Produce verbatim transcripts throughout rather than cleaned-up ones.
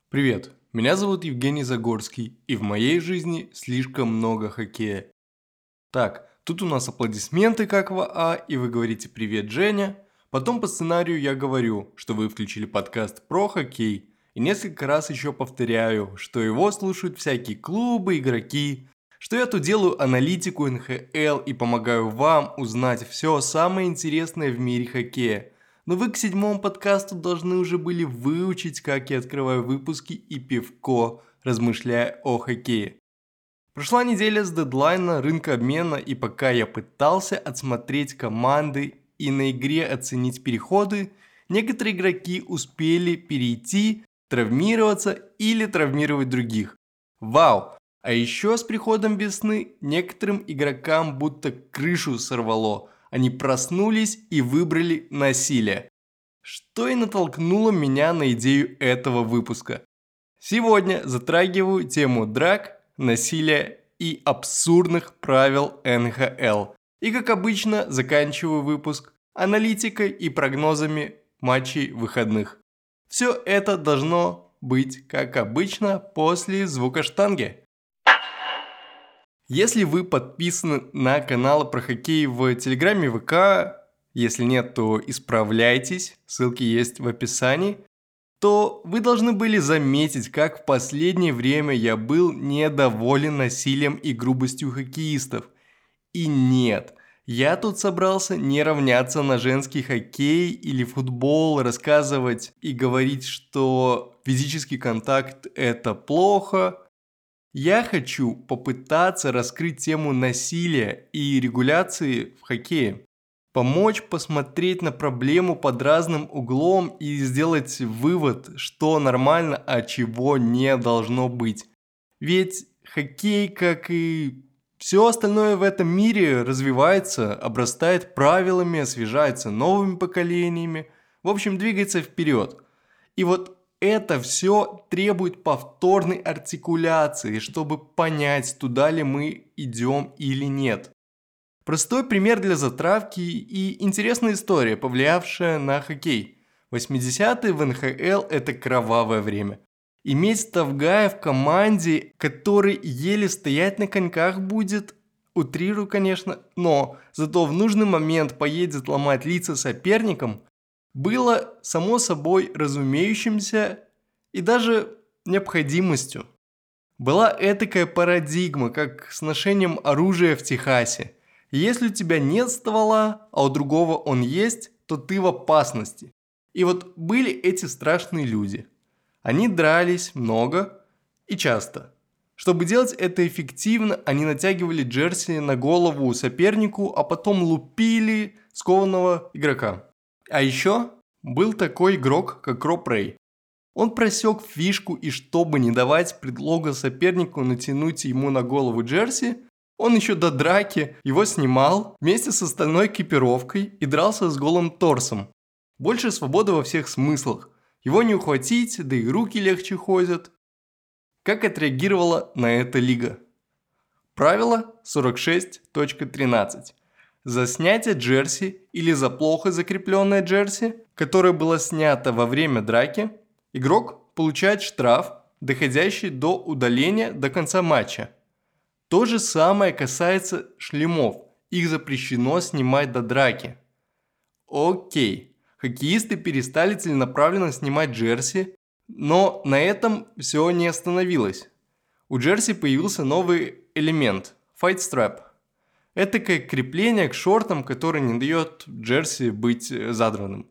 Привет, меня зовут Евгений Загорский, и в моей жизни слишком много хоккея. Так, тут у нас аплодисменты как в А, и вы говорите «Привет, Женя». Потом по сценарию я говорю, что вы включили подкаст про хоккей, и несколько раз еще повторяю, что его слушают всякие клубы, игроки, что я тут делаю аналитику эн ха эл и помогаю вам узнать все самое интересное в мире хоккея. Но вы к седьмому подкасту должны уже были выучить, как я открываю выпуски и пивко, размышляя о хоккее. Прошла неделя с дедлайна рынка обмена, и пока я пытался отсмотреть команды и на игре оценить переходы, некоторые игроки успели перейти, травмироваться или травмировать других. Вау! А еще с приходом весны некоторым игрокам будто крышу сорвало. Они проснулись и выбрали насилие. Что и натолкнуло меня на идею этого выпуска. Сегодня затрагиваю тему драк, насилия и абсурдных правил эн ха эл. И как обычно заканчиваю выпуск аналитикой и прогнозами матчей выходных. Все это должно быть как обычно после звука штанги. Если вы подписаны на каналы про хоккей в Телеграме и вэ ка, если нет, то исправляйтесь, ссылки есть в описании, то вы должны были заметить, как в последнее время я был недоволен насилием и грубостью хоккеистов. И нет, я тут собрался не равняться на женский хоккей или футбол, рассказывать и говорить, что физический контакт – это плохо. Я хочу попытаться раскрыть тему насилия и регуляции в хоккее. Помочь посмотреть на проблему под разным углом и сделать вывод, что нормально, а чего не должно быть. Ведь хоккей, как и все остальное в этом мире, развивается, обрастает правилами, освежается новыми поколениями, в общем, двигается вперед. И вот это все требует повторной артикуляции, чтобы понять, туда ли мы идем или нет. Простой пример для затравки и интересная история, повлиявшая на хоккей. восьмидесятые в эн ха эл – это кровавое время. Иметь Ставгая в команде, который еле стоять на коньках будет, утрирую, конечно, но зато в нужный момент поедет ломать лица соперникам, было само собой разумеющимся и даже необходимостью. Была этакая парадигма, как с ношением оружия в Техасе. Если у тебя нет ствола, а у другого он есть, то ты в опасности. И вот были эти страшные люди. Они дрались много и часто. Чтобы делать это эффективно, они натягивали джерси на голову сопернику, а потом лупили скованного игрока. А еще был такой игрок, как Роб Рэй. Он просек фишку, и чтобы не давать предлога сопернику натянуть ему на голову джерси, он еще до драки его снимал вместе с остальной экипировкой и дрался с голым торсом. Больше свободы во всех смыслах. Его не ухватить, да и руки легче ходят. Как отреагировала на это лига? Правило сорок шесть точка тринадцать. За снятие джерси или за плохо закрепленное джерси, которое было снято во время драки, игрок получает штраф, доходящий до удаления до конца матча. То же самое касается шлемов, их запрещено снимать до драки. Окей, хоккеисты перестали целенаправленно снимать джерси, но на этом все не остановилось. У джерси появился новый элемент – fight strap. Этакое крепление к шортам, которое не дает джерси быть задранным.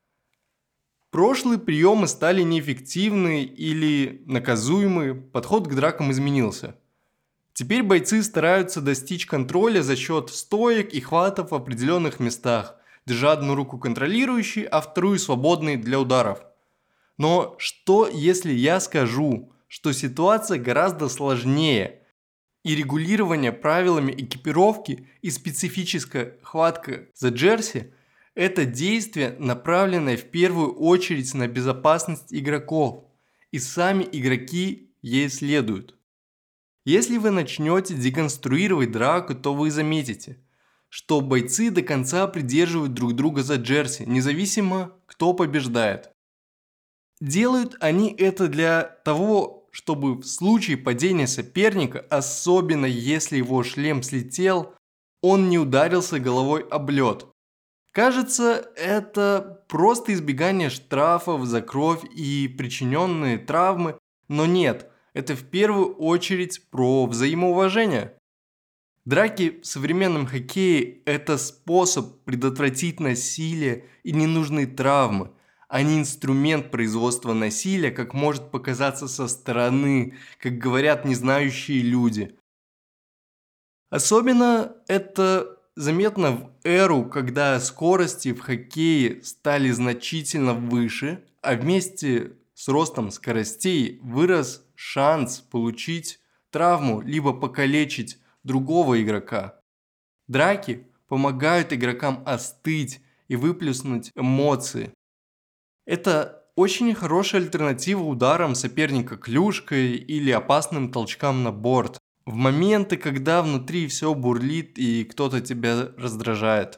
Прошлые приемы стали неэффективны или наказуемы, подход к дракам изменился. Теперь бойцы стараются достичь контроля за счет стоек и хватов в определенных местах, держа одну руку контролирующей, а вторую свободной для ударов. Но что если я скажу, что ситуация гораздо сложнее, и регулирование правилами экипировки и специфическая хватка за джерси – это действие, направленное в первую очередь на безопасность игроков, и сами игроки ей следуют. Если вы начнете деконструировать драку, то вы заметите, что бойцы до конца придерживают друг друга за джерси, независимо, кто побеждает. Делают они это для того, чтобы в случае падения соперника, особенно если его шлем слетел, он не ударился головой об лед. Кажется, это просто избегание штрафов за кровь и причиненные травмы, но нет, это в первую очередь про взаимоуважение. Драки в современном хоккее – это способ предотвратить насилие и ненужные травмы, а не инструмент производства насилия, как может показаться со стороны, как говорят незнающие люди. Особенно это заметно в эру, когда скорости в хоккее стали значительно выше, а вместе с ростом скоростей вырос шанс получить травму либо покалечить другого игрока. Драки помогают игрокам остыть и выплеснуть эмоции. Это очень хорошая альтернатива ударам соперника клюшкой или опасным толчкам на борт. В моменты, когда внутри все бурлит и кто-то тебя раздражает.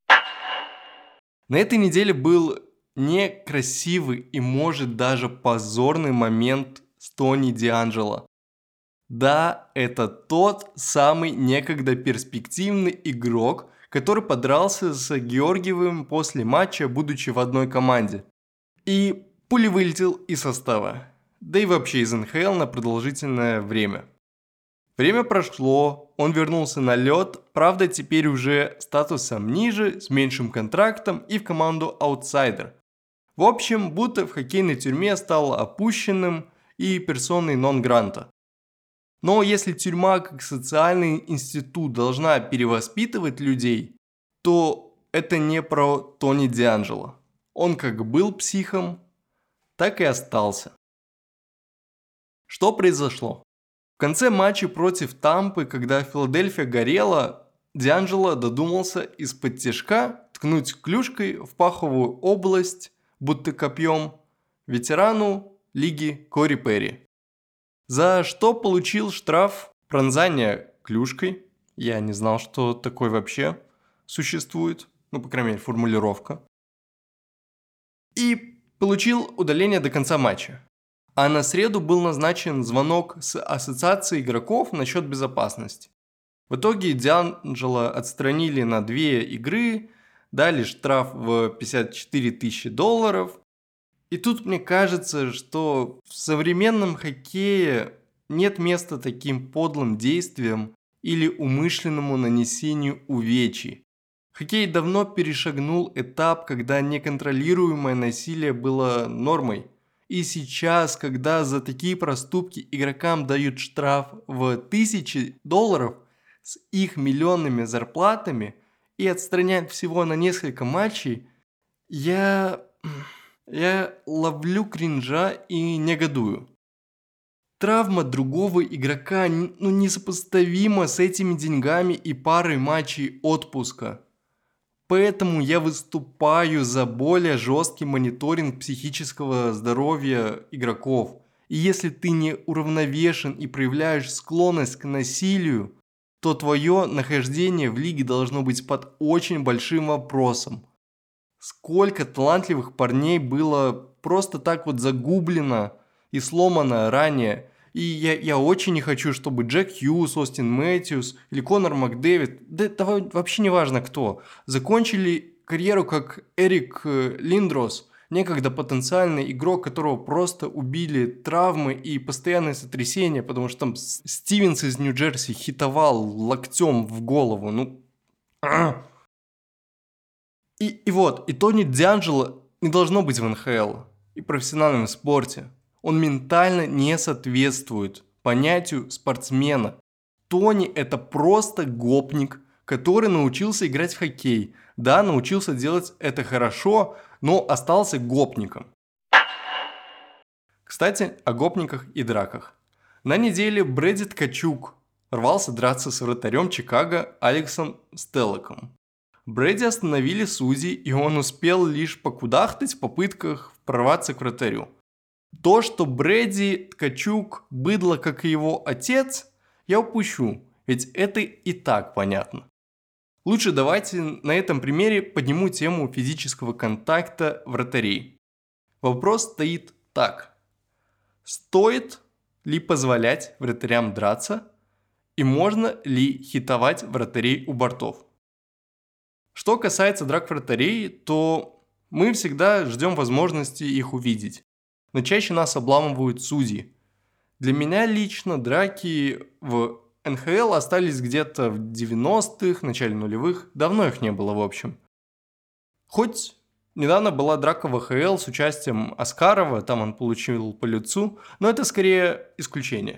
На этой неделе был некрасивый и, может, даже позорный момент с Тони Дианджело. Да, это тот самый некогда перспективный игрок, который подрался с Георгиевым после матча, будучи в одной команде. И пулей вылетел из состава, да и вообще из эн ха эл на продолжительное время. Время прошло, он вернулся на лед, правда теперь уже статусом ниже, с меньшим контрактом и в команду аутсайдер. В общем, будто в хоккейной тюрьме стал опущенным и персоной нон-гранта. Но если тюрьма как социальный институт должна перевоспитывать людей, то это не про Тони Дианджело. Он как был психом, так и остался. Что произошло? В конце матча против Тампы, когда Филадельфия горела, Дианджело додумался из-под тишка ткнуть клюшкой в паховую область, будто копьем, ветерану лиги Кори Перри. За что получил штраф пронзания клюшкой. Я не знал, что такое вообще существует, ну, по крайней мере, формулировка. И получил удаление до конца матча. А на среду был назначен звонок с ассоциацией игроков насчет безопасности. В итоге Дианджело отстранили на две игры, дали штраф в пятьдесят четыре тысячи долларов. И тут мне кажется, что в современном хоккее нет места таким подлым действиям или умышленному нанесению увечий. Хоккей давно перешагнул этап, когда неконтролируемое насилие было нормой. И сейчас, когда за такие проступки игрокам дают штраф в тысячи долларов с их миллионными зарплатами и отстраняют всего на несколько матчей, я, я ловлю кринжа и негодую. Травма другого игрока ну, несопоставима с этими деньгами и парой матчей отпуска. Поэтому я выступаю за более жесткий мониторинг психического здоровья игроков. И если ты не уравновешен и проявляешь склонность к насилию, то твое нахождение в лиге должно быть под очень большим вопросом. Сколько талантливых парней было просто так вот загублено и сломано ранее. И я, я очень не хочу, чтобы Джек Хьюз, Остин Мэтьюс или Конор Макдэвид, да это вообще не важно кто, закончили карьеру как Эрик Линдрос, некогда потенциальный игрок, которого просто убили травмы и постоянные сотрясения, потому что там Стивенс из Нью-Джерси хитовал локтем в голову. Ну... И, и вот, и Тони Дианджело не должно быть в эн ха эл и профессиональном спорте. Он ментально не соответствует понятию спортсмена. Тони – это просто гопник, который научился играть в хоккей. Да, научился делать это хорошо, но остался гопником. Кстати, о гопниках и драках. На неделе Брэди Ткачук рвался драться с вратарем Чикаго Алексом Стеллоком. Брэди остановили судьи, и он успел лишь покудахтать в попытках прорваться к вратарю. То, что Брэди Ткачук быдло, как и его отец, я упущу, ведь это и так понятно. Лучше давайте на этом примере подниму тему физического контакта вратарей. Вопрос стоит Так, стоит ли позволять вратарям драться и можно ли хитовать вратарей у бортов? Что касается драк вратарей, то мы всегда ждем возможности их увидеть, но чаще нас обламывают судьи. Для меня лично драки в эн ха эл остались где-то в девяностых, начале нулевых, давно их не было в общем. Хоть недавно была драка в а ха эл с участием Аскарова, там он получил по лицу, но это скорее исключение.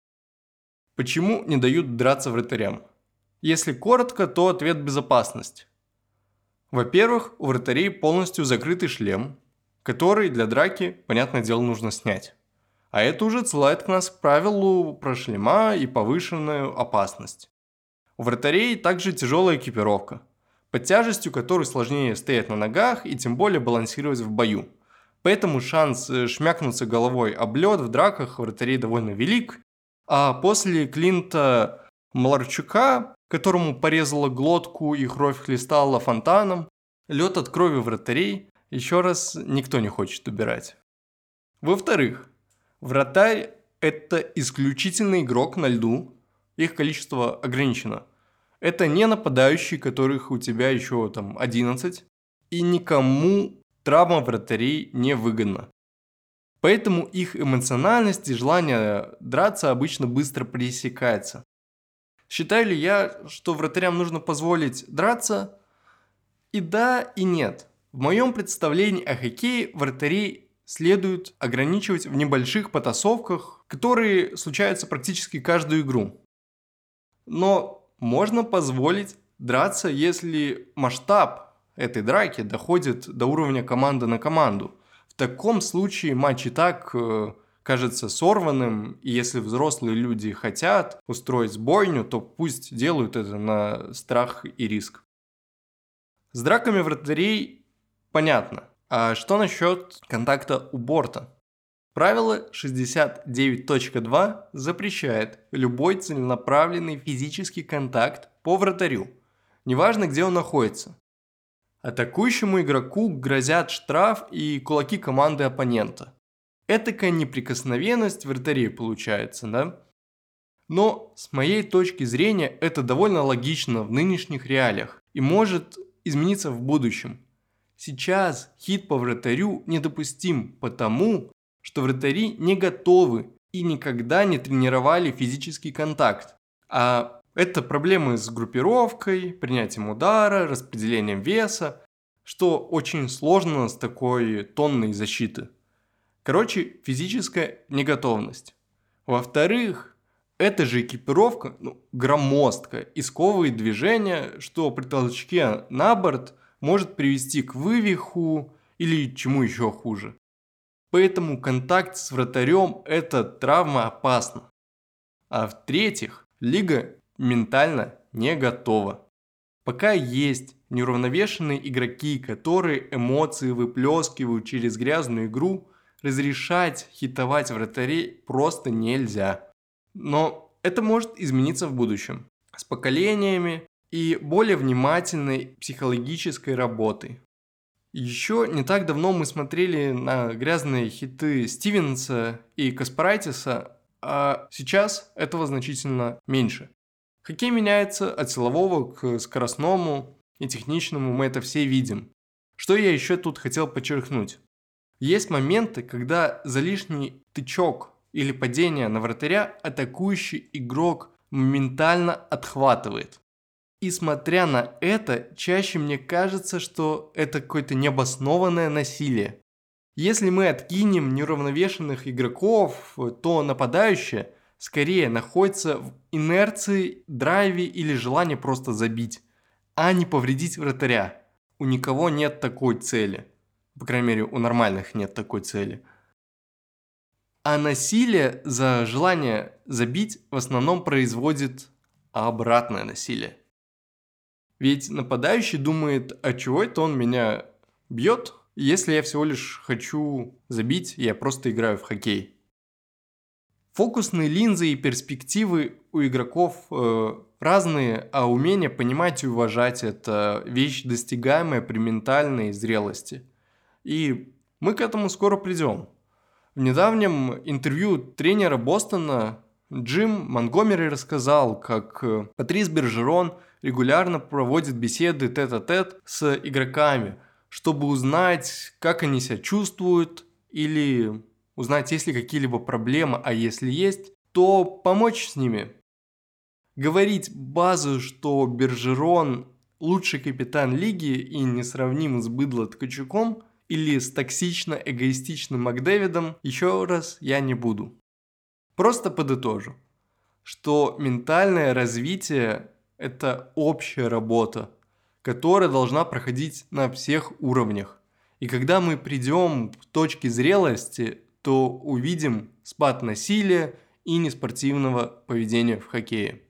Почему не дают драться вратарям? Если коротко, то ответ – безопасность. Во-первых, у вратарей полностью закрытый шлем, который для драки, понятное дело, нужно снять. А это уже отсылает к нас к правилу про шлема и повышенную опасность. У вратарей также тяжелая экипировка, под тяжестью которой сложнее стоять на ногах и тем более балансировать в бою. Поэтому шанс шмякнуться головой об лед в драках у вратарей довольно велик. А после Клинта Маларчука, которому порезала глотку и кровь хлестала фонтаном, лед от крови вратарей еще раз никто не хочет убирать. Во-вторых, вратарь – это исключительный игрок на льду, их количество ограничено. Это не нападающие, которых у тебя еще там одиннадцать, и никому травма вратарей не выгодна. Поэтому их эмоциональность и желание драться обычно быстро пресекается. Считаю ли я, что вратарям нужно позволить драться? И да, и нет. В моем представлении о хоккее вратарей следует ограничивать в небольших потасовках, которые случаются практически каждую игру. Но можно позволить драться, если масштаб этой драки доходит до уровня команда на команду. В таком случае матч и так э, кажется сорванным, и если взрослые люди хотят устроить бойню, то пусть делают это на страх и риск. С драками вратарей понятно. А что насчет контакта у борта? Правило шестьдесят девять точка два запрещает любой целенаправленный физический контакт по вратарю, неважно где он находится. Атакующему игроку грозят штраф и кулаки команды оппонента. Этакая неприкосновенность вратарей получается, да? Но с моей точки зрения это довольно логично в нынешних реалиях и может измениться в будущем. Сейчас хит по вратарю недопустим, потому что вратари не готовы и никогда не тренировали физический контакт. А это проблемы с группировкой, принятием удара, распределением веса, что очень сложно с такой тонной защиты. Короче, физическая неготовность. Во-вторых, эта же экипировка ну, громоздкая и сковывает движения, что при толчке на борт может привести к вывиху или чему еще хуже. Поэтому контакт с вратарем – это травма опасна. А в-третьих, лига ментально не готова. Пока есть неуравновешенные игроки, которые эмоции выплескивают через грязную игру, разрешать хитовать вратарей просто нельзя. Но это может измениться в будущем. С поколениями и более внимательной психологической работой. Еще не так давно мы смотрели на грязные хиты Стивенса и Каспарайтиса, а сейчас этого значительно меньше. Хоккей меняется от силового к скоростному и техничному, мы это все видим. Что я еще тут хотел подчеркнуть? Есть моменты, когда за лишний тычок или падение на вратаря атакующий игрок моментально отхватывает. И смотря на это, чаще мне кажется, что это какое-то необоснованное насилие. Если мы откинем неуравновешенных игроков, то нападающий скорее находится в инерции, драйве или желании просто забить, а не повредить вратаря. У никого нет такой цели. По крайней мере, у нормальных нет такой цели. А насилие за желание забить в основном производит обратное насилие. Ведь нападающий думает, а чего это он меня бьет, если я всего лишь хочу забить, я просто играю в хоккей. Фокусные линзы и перспективы у игроков э, разные, а умение понимать и уважать – это вещь, достигаемая при ментальной зрелости. И мы к этому скоро придем. В недавнем интервью тренера Бостона Джим Монгомери рассказал, как э, Патрис Бержерон регулярно проводит беседы тет-а-тет с игроками, чтобы узнать, как они себя чувствуют, или узнать, есть ли какие-либо проблемы, а если есть, то помочь с ними. Говорить базу, что Бержерон лучший капитан лиги и несравним с Быдло Ткачуком или с токсично-эгоистичным Макдэвидом, еще раз я не буду. Просто подытожу, что ментальное развитие – это общая работа, которая должна проходить на всех уровнях. И когда мы придем к точке зрелости, то увидим спад насилия и неспортивного поведения в хоккее.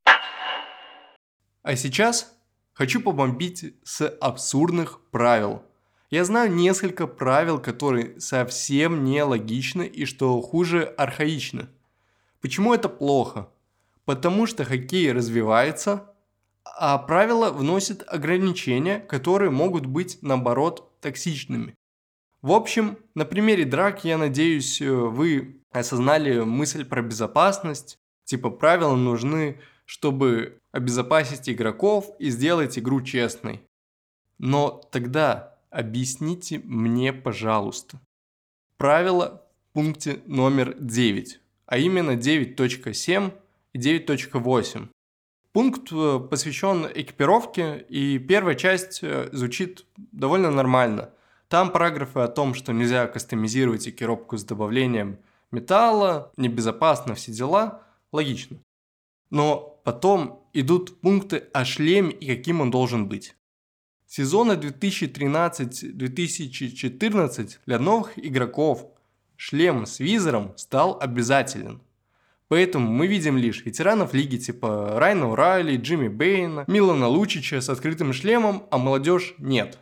А сейчас хочу побомбить с абсурдных правил. Я знаю несколько правил, которые совсем не логичны и, что хуже, архаичны. Почему это плохо? Потому что хоккей развивается, а правила вносят ограничения, которые могут быть, наоборот, токсичными. В общем, на примере драк, я надеюсь, вы осознали мысль про безопасность. Типа правила нужны, чтобы обезопасить игроков и сделать игру честной. Но тогда объясните мне, пожалуйста, правила в пункте номер девять, а именно девять точка семь и девять точка восемь. Пункт посвящен экипировке, и первая часть звучит довольно нормально. Там параграфы о том, что нельзя кастомизировать экипировку с добавлением металла, небезопасно, все дела, логично. Но потом идут пункты о шлеме и каким он должен быть. С сезона две тысячи тринадцать - две тысячи четырнадцать для новых игроков шлем с визором стал обязателен. Поэтому мы видим лишь ветеранов лиги типа Райана Урайли, Джимми Бейна, Милана Лучича с открытым шлемом, а молодежь нет.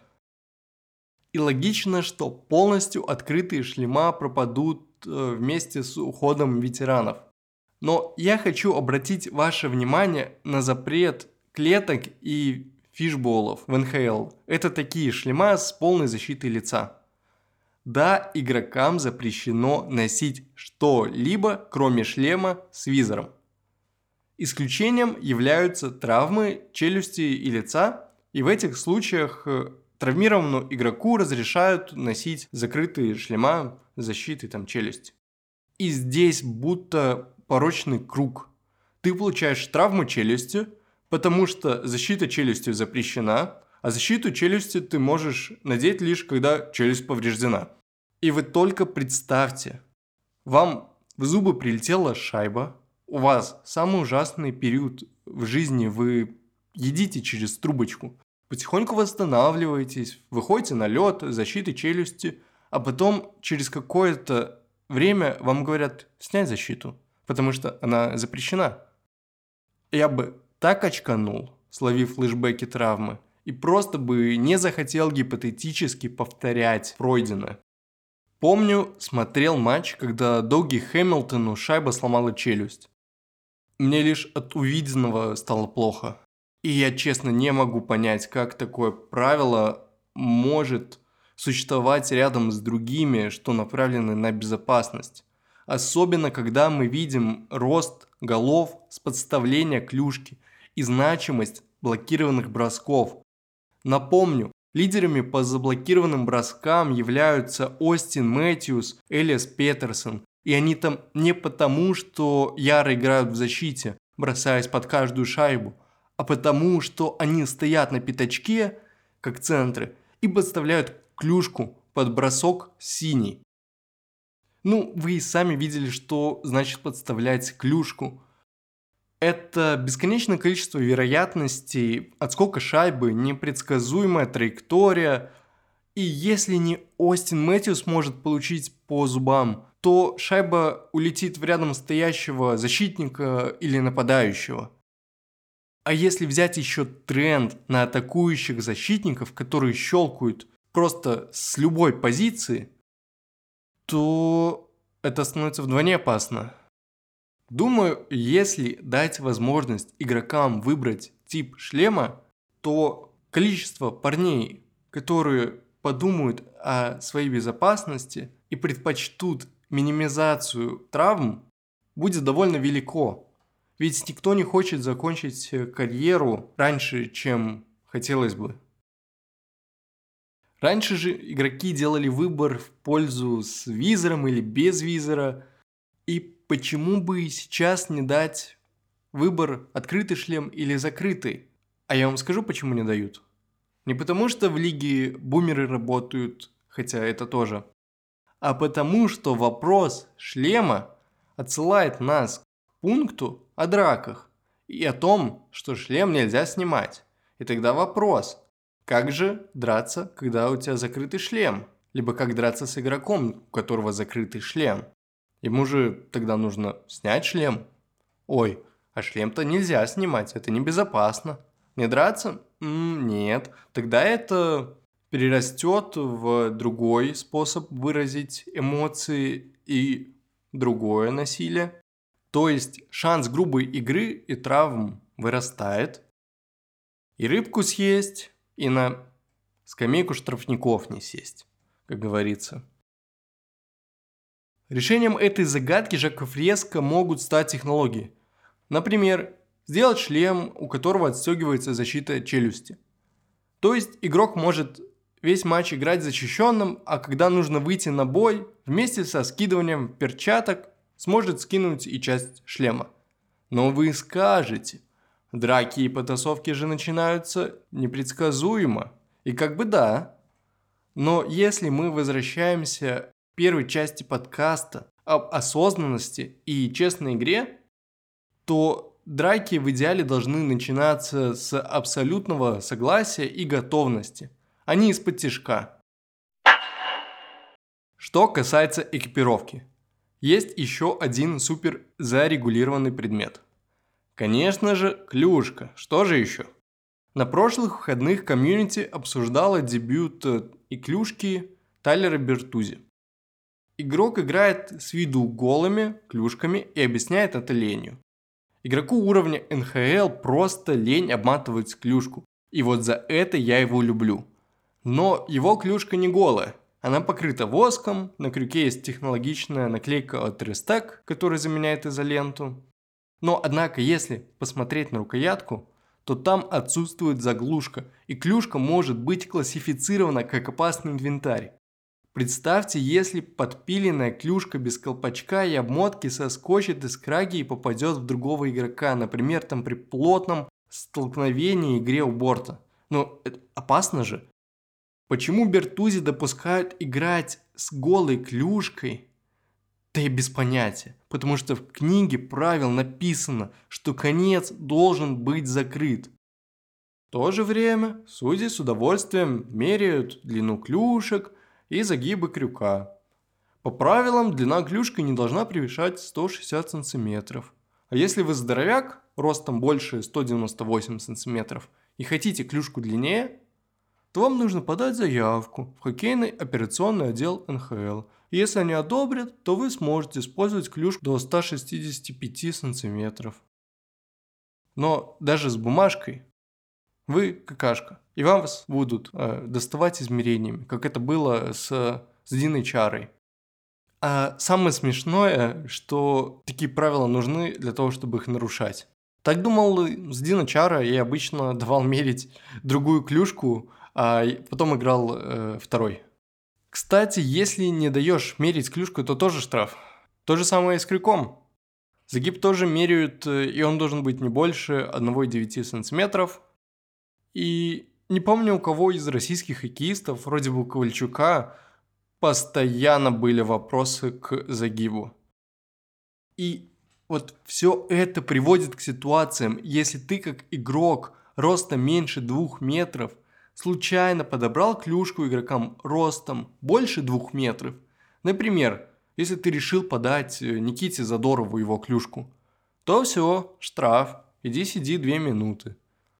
И логично, что полностью открытые шлема пропадут э, вместе с уходом ветеранов. Но я хочу обратить ваше внимание на запрет клеток и фишболов в эн ха эл. Это такие шлема с полной защитой лица. Да, игрокам запрещено носить что-либо, кроме шлема с визором. Исключением являются травмы челюсти и лица, и в этих случаях травмированному игроку разрешают носить закрытые шлема с защитой там, челюсти. И здесь будто порочный круг. Ты получаешь травму челюсти, потому что защита челюстью запрещена, а защиту челюсти ты можешь надеть лишь когда челюсть повреждена. И вы только представьте, вам в зубы прилетела шайба, у вас самый ужасный период в жизни, вы едите через трубочку, потихоньку восстанавливаетесь, выходите на лед, защиты челюсти, а потом через какое-то время вам говорят снять защиту, потому что она запрещена. Я бы так очканул, словив флешбеки травмы, и просто бы не захотел гипотетически повторять пройденное. Помню, смотрел матч, когда Доуги Хэмилтону шайба сломала челюсть. Мне лишь от увиденного стало плохо. И я честно не могу понять, как такое правило может существовать рядом с другими, что направлены на безопасность. Особенно, когда мы видим рост голов с подставления клюшки и значимость блокированных бросков. Напомню, лидерами по заблокированным броскам являются Остин Мэтьюс, Элиас Петерсон. И они там не потому, что яро играют в защите, бросаясь под каждую шайбу, а потому, что они стоят на пятачке, как центры, и подставляют клюшку под бросок синий. Ну, вы и сами видели, что значит подставлять клюшку. Это бесконечное количество вероятностей, отскока шайбы, непредсказуемая траектория. И если не Остин Мэтьюс может получить по зубам, то шайба улетит в рядом стоящего защитника или нападающего. А если взять еще тренд на атакующих защитников, которые щелкают просто с любой позиции, то это становится вдвойне опасно. Думаю, если дать возможность игрокам выбрать тип шлема, то количество парней, которые подумают о своей безопасности и предпочтут минимизацию травм будет довольно велико. Ведь никто не хочет закончить карьеру раньше, чем хотелось бы. Раньше же игроки делали выбор в пользу с визором или без визора. И почему бы сейчас не дать выбор открытый шлем или закрытый? А я вам скажу, почему не дают. Не потому, что в лиге бумеры работают, хотя это тоже, а потому, что вопрос шлема отсылает нас к пункту о драках и о том, что шлем нельзя снимать. И тогда вопрос, как же драться, когда у тебя закрытый шлем? Либо как драться с игроком, у которого закрытый шлем? Ему же тогда нужно снять шлем. Ой, а шлем-то нельзя снимать, это небезопасно. Не драться? М, нет. Тогда это перерастет в другой способ выразить эмоции и другое насилие. То есть шанс грубой игры и травм вырастает. И рыбку съесть, и на скамейку штрафников не сесть, как говорится. Решением этой загадки Жака Фреско могут стать технологии. Например, сделать шлем, у которого отстегивается защита челюсти. То есть игрок может весь матч играть защищенным, а когда нужно выйти на бой, вместе со скидыванием перчаток сможет скинуть и часть шлема. Но вы скажете, драки и потасовки же начинаются непредсказуемо. И как бы да. Но если мы возвращаемся к первой части подкаста об осознанности и честной игре, то драки в идеале должны начинаться с абсолютного согласия и готовности, а не из-под тишка. Что касается экипировки. Есть еще один супер зарегулированный предмет. Конечно же, клюшка. Что же еще? На прошлых выходных комьюнити обсуждало дебют и клюшки Тайлера Бертузи. Игрок играет с виду голыми клюшками и объясняет это ленью. Игроку уровня эн ха эл просто лень обматывать клюшку, и вот за это я его люблю. Но его клюшка не голая, она покрыта воском, на крюке есть технологичная наклейка от Restec, которая заменяет изоленту. Но однако, если посмотреть на рукоятку, то там отсутствует заглушка, и клюшка может быть классифицирована как опасный инвентарь. Представьте, если подпиленная клюшка без колпачка и обмотки соскочит из краги и попадет в другого игрока, например, там при плотном столкновении игре у борта. Ну, это опасно же. Почему Бертузи допускают играть с голой клюшкой? Да и без понятия. Потому что в книге правил написано, что конец должен быть закрыт. В то же время судьи с удовольствием меряют длину клюшек и загибы крюка. По правилам, длина клюшки не должна превышать сто шестьдесят сантиметров. А если вы здоровяк, ростом больше сто девяносто восемь сантиметров, и хотите клюшку длиннее, то вам нужно подать заявку в хоккейный операционный отдел эн ха эл. И если они одобрят, то вы сможете использовать клюшку до ста шестидесяти пяти сантиметров. Но даже с бумажкой вы какашка, и вам вас будут э, доставать измерениями, как это было с, с Диной Чарой. А самое смешное, что такие правила нужны для того, чтобы их нарушать. Так думал с Диной Чарой, я обычно давал мерить другую клюшку, а потом играл э, второй. Кстати, если не даешь мерить клюшку, то тоже штраф. То же самое и с крюком. Загиб тоже меряют, и он должен быть не больше одного целых девяти десятых сантиметров. И не помню, у кого из российских хоккеистов, вроде бы у Ковальчука, постоянно были вопросы к загибу. И вот все это приводит к ситуациям, если ты как игрок ростом меньше двух метров случайно подобрал клюшку игрокам ростом больше двух метров. Например, если ты решил подать Никите Задорову его клюшку, то все, штраф, иди сиди две минуты.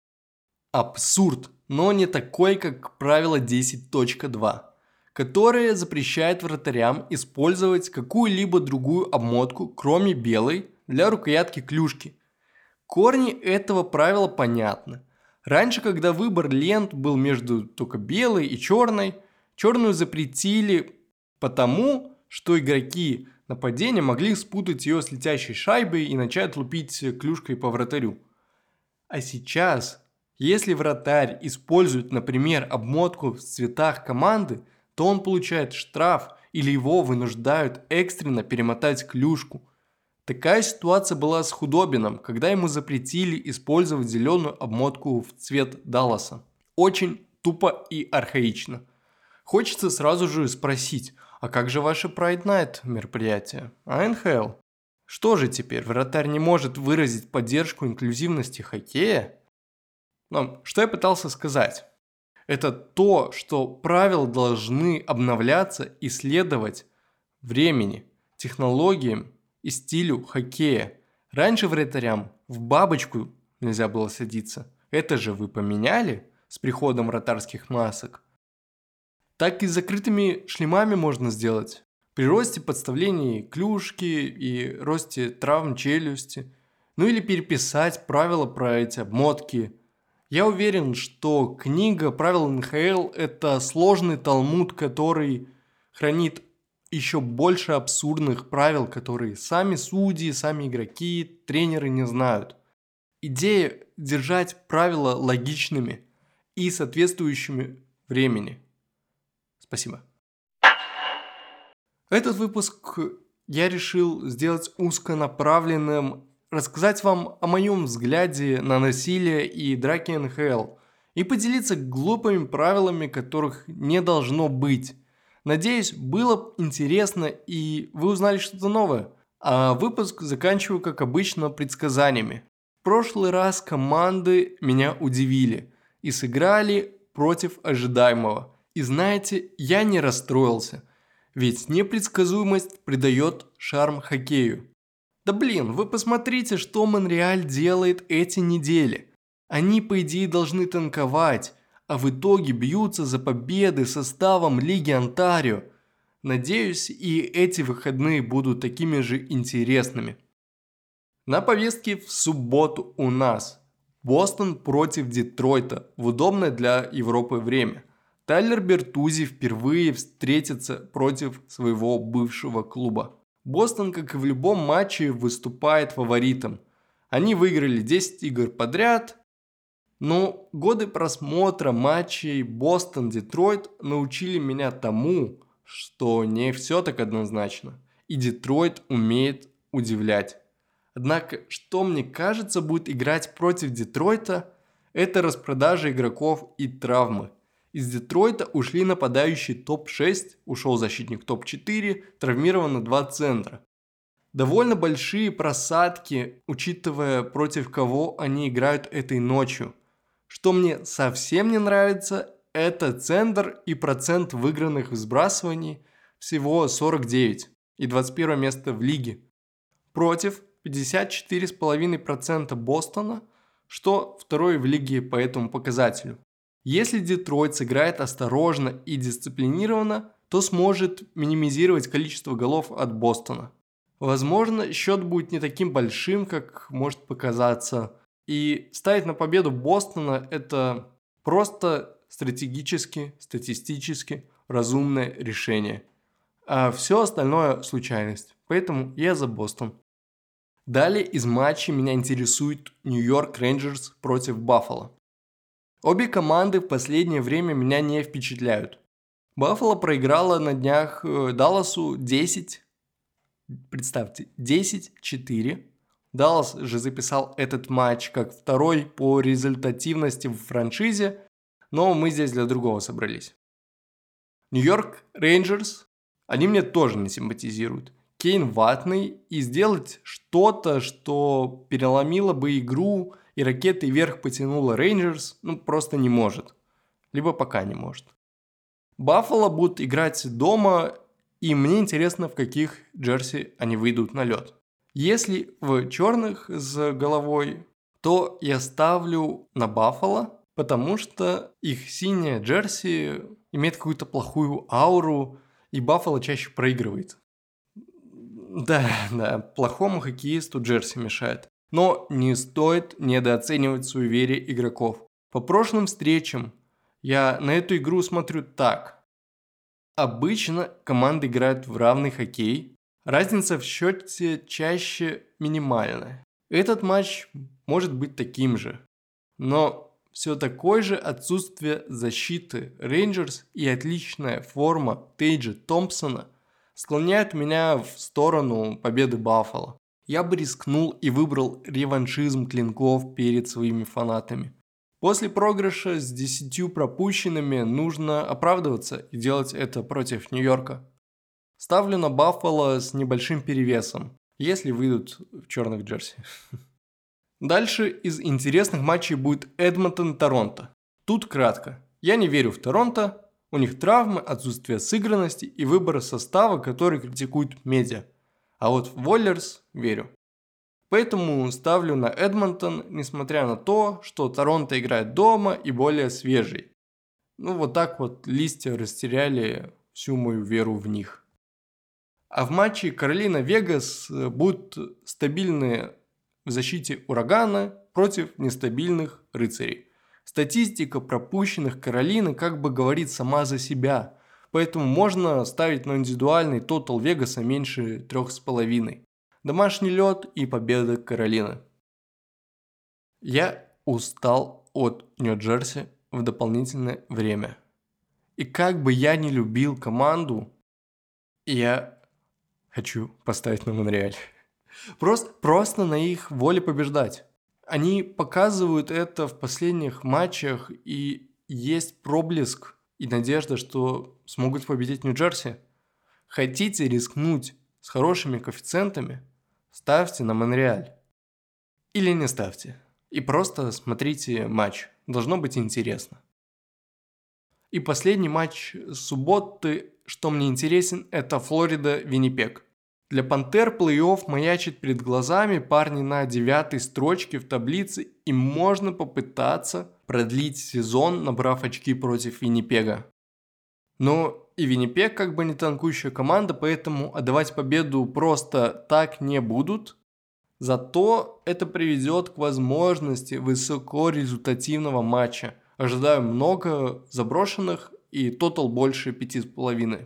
Абсурд, но не такой, как правило десять точка два, которое запрещает вратарям использовать какую-либо другую обмотку, кроме белой, для рукоятки клюшки. Корни этого правила понятны. Раньше, когда выбор лент был между только белой и черной, черную запретили потому, что игроки нападения могли спутать ее с летящей шайбой и начать лупить клюшкой по вратарю. А сейчас, если вратарь использует, например, обмотку в цветах команды, то он получает штраф или его вынуждают экстренно перемотать клюшку. Такая ситуация была с Худобином, когда ему запретили использовать зеленую обмотку в цвет Далласа. Очень тупо и архаично. Хочется сразу же спросить, а как же ваше Pride Night мероприятие, а эн ха эл? Что же теперь, вратарь не может выразить поддержку инклюзивности хоккея? Но что я пытался сказать? Это то, что правила должны обновляться и следовать времени, технологиям и стилю хоккея. Раньше вратарям в бабочку нельзя было садиться. Это же вы поменяли с приходом вратарских масок. Так и с закрытыми шлемами можно сделать. При росте подставлений клюшки и росте травм челюсти. Ну или переписать правила про эти обмотки. Я уверен, что книга правил эн ха эл – это сложный талмуд, который хранит еще больше абсурдных правил, которые сами судьи, сами игроки, тренеры не знают. Идея держать правила логичными и соответствующими времени. Спасибо. Этот выпуск я решил сделать узконаправленным, рассказать вам о моем взгляде на насилие и драки эн ха эл и поделиться глупыми правилами, которых не должно быть. Надеюсь, было интересно и вы узнали что-то новое. А выпуск заканчиваю, как обычно, предсказаниями. В прошлый раз команды меня удивили и сыграли против ожидаемого. И знаете, я не расстроился, ведь непредсказуемость придает шарм хоккею. Да блин, вы посмотрите, что Монреаль делает эти недели. Они, по идее, должны танковать, а в итоге бьются за победы составом Лиги Онтарио. Надеюсь, и эти выходные будут такими же интересными. На повестке в субботу у нас Бостон против Детройта в удобное для Европы время. Тайлер Бертузи впервые встретится против своего бывшего клуба. Бостон, как и в любом матче, выступает фаворитом. Они выиграли десять игр подряд, но годы просмотра матчей Бостон-Детройт научили меня тому, что не все так однозначно, и Детройт умеет удивлять. Однако, что мне кажется будет играть против Детройта, это распродажа игроков и травмы. Из Детройта ушли нападающий топ шесть, ушел защитник топ четыре, травмировано два центра. Довольно большие просадки, учитывая против кого они играют этой ночью. Что мне совсем не нравится, это центр и процент выигранных сбрасываний всего сорок девять и двадцать первое место в лиге. Против пятьдесят четыре целых пять десятых процента Бостона, что второй в лиге по этому показателю. Если Детройт сыграет осторожно и дисциплинированно, то сможет минимизировать количество голов от Бостона. Возможно, счет будет не таким большим, как может показаться. И ставить на победу Бостона – это просто стратегически, статистически разумное решение. А все остальное – случайность. Поэтому я за Бостон. Далее из матча меня интересует Нью-Йорк Рейнджерс против Баффало. Обе команды в последнее время меня не впечатляют. Баффало проиграла на днях Далласу десять, представьте, десять четыре. Даллас же записал этот матч как второй по результативности в франшизе, но мы здесь для другого собрались. Нью-Йорк Рейнджерс, они мне тоже не симпатизируют. Кейн ватный, и сделать что-то, что переломило бы игру и ракетой вверх потянуло Рейнджерс, ну просто не может. Либо пока не может. Баффало будут играть дома, и мне интересно, в каких джерси они выйдут на лед. Если в черных с головой, то я ставлю на Баффало, потому что их синяя джерси имеет какую-то плохую ауру, и Баффало чаще проигрывает. Да, да, плохому хоккеисту джерси мешает. Но не стоит недооценивать суеверие игроков. По прошлым встречам я на эту игру смотрю так. Обычно команды играют в равный хоккей, Разница в счете чаще минимальная. Этот матч может быть таким же, но все такое же отсутствие защиты Рейнджерс и отличная форма Тейджа Томпсона склоняют меня в сторону победы Баффало. Я бы рискнул и выбрал реваншизм клинков перед своими фанатами. После проигрыша с десятью пропущенными нужно оправдываться и делать это против Нью-Йорка. Ставлю на Баффало с небольшим перевесом, если выйдут в черных джерси. Дальше из интересных матчей будет Эдмонтон-Торонто. Тут кратко. Я не верю в Торонто, у них травмы, отсутствие сыгранности и выбор состава, который критикуют медиа. А вот в Уоллерс верю. Поэтому ставлю на Эдмонтон, несмотря на то, что Торонто играет дома и более свежий. Ну вот так вот листья растеряли всю мою веру в них. А в матче Каролина-Вегас будут стабильные в защите Урагана против нестабильных Рыцарей. Статистика пропущенных Каролины как бы говорит сама за себя, поэтому можно ставить на индивидуальный тотал Вегаса меньше трех с половиной. Домашний лед и победа Каролины. Я устал от Нью-Джерси в дополнительное время. И как бы я ни любил команду, я хочу поставить на Монреаль. Просто, просто на их воле побеждать. Они показывают это в последних матчах, и есть проблеск и надежда, что смогут победить Нью-Джерси. Хотите рискнуть с хорошими коэффициентами? Ставьте на Монреаль. Или не ставьте. И просто смотрите матч. Должно быть интересно. И последний матч субботы, что мне интересен, это Флорида-Виннипег. Для Пантер плей-офф маячит перед глазами парни на девятой строчке в таблице, и можно попытаться продлить сезон, набрав очки против Виннипега. Но и Виннипег как бы не танкующая команда, поэтому отдавать победу просто так не будут. Зато это приведет к возможности высокорезультативного матча. Ожидаю много заброшенных и тотал больше пяти с половиной.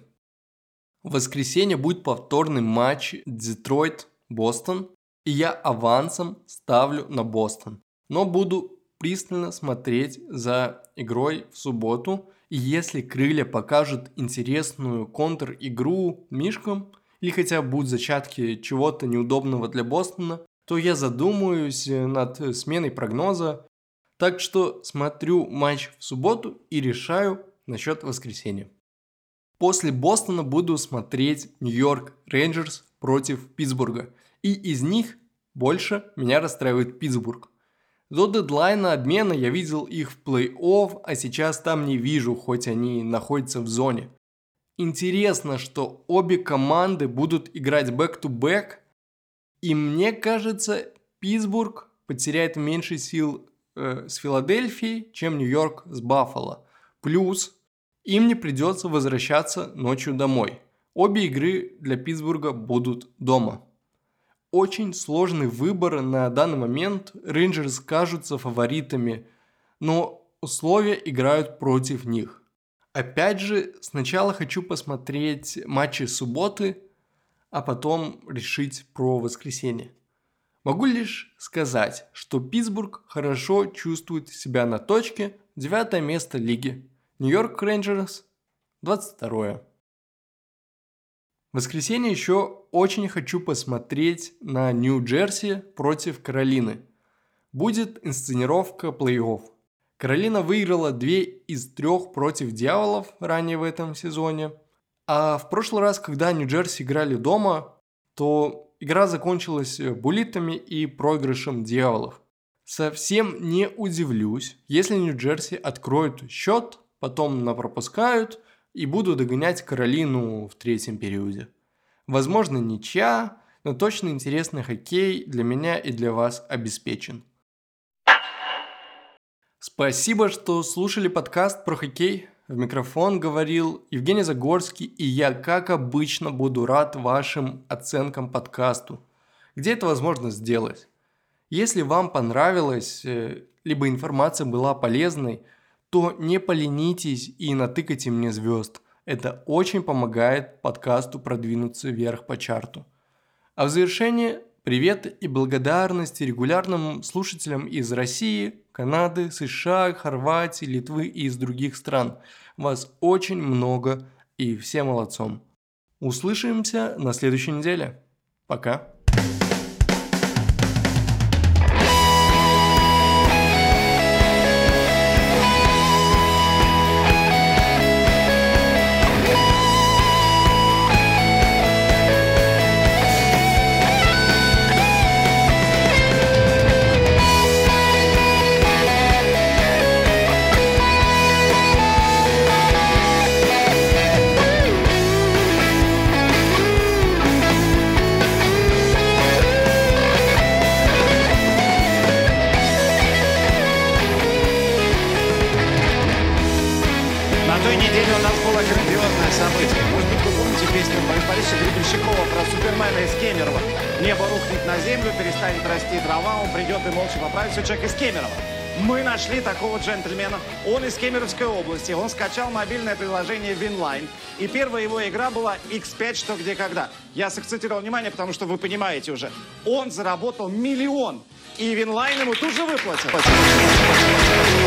В воскресенье будет повторный матч Детройт-Бостон, и я авансом ставлю на Бостон. Но буду пристально смотреть за игрой в субботу, и если крылья покажут интересную контр-игру мишкам, или хотя бы будут зачатки чего-то неудобного для Бостона, то я задумаюсь над сменой прогноза. Так что смотрю матч в субботу и решаю насчет воскресенья. После Бостона буду смотреть Нью-Йорк Рейнджерс против Питтсбурга. И из них больше меня расстраивает Питтсбург. До дедлайна обмена я видел их в плей-офф, а сейчас там не вижу, хоть они находятся в зоне. Интересно, что обе команды будут играть бэк-ту-бэк. И мне кажется, Питтсбург потеряет меньше сил э, с Филадельфией, чем Нью-Йорк с Баффало. Плюс им не придется возвращаться ночью домой. Обе игры для Питтсбурга будут дома. Очень сложный выбор на данный момент. Рейнджерс кажутся фаворитами, но условия играют против них. Опять же, сначала хочу посмотреть матчи субботы, а потом решить про воскресенье. Могу лишь сказать, что Питтсбург хорошо чувствует себя на точке, девятое место лиги. Нью-Йорк Рейнджерс двадцать второе. В воскресенье еще очень хочу посмотреть на Нью-Джерси против Каролины. Будет инсценировка плей-офф. Каролина выиграла две из трех против Дьяволов ранее в этом сезоне. А в прошлый раз, когда Нью-Джерси играли дома, то игра закончилась буллитами и проигрышем Дьяволов. Совсем не удивлюсь, если Нью-Джерси откроют счет, потом напропускают и буду догонять Каролину в третьем периоде. Возможно, ничья, но точно интересный хоккей для меня и для вас обеспечен. Спасибо, что слушали подкаст про хоккей. В микрофон говорил Евгений Загорский, и я, как обычно, буду рад вашим оценкам подкасту. Где это возможно сделать? Если вам понравилось, либо информация была полезной, то не поленитесь и натыкайте мне звезд. Это очень помогает подкасту продвинуться вверх по чарту. А в завершение привет и благодарности регулярным слушателям из России, Канады, США, Хорватии, Литвы и из других стран. Вас очень много и все молодцом. Услышимся на следующей неделе. Пока. Событие. Может быть, вы помните песню Бориса Гребенщикова про Супермена из Кемерово? Небо рухнет на землю, перестанет расти трава, он придет и молча поправит все, человек из Кемерово. Мы нашли такого джентльмена. Он из Кемеровской области. Он скачал мобильное приложение Винлайн. И первая его игра была икс пять «Что, где, когда». Я сакцентировал внимание, потому что вы понимаете уже. Он заработал миллион. И Винлайн ему тут же выплатил.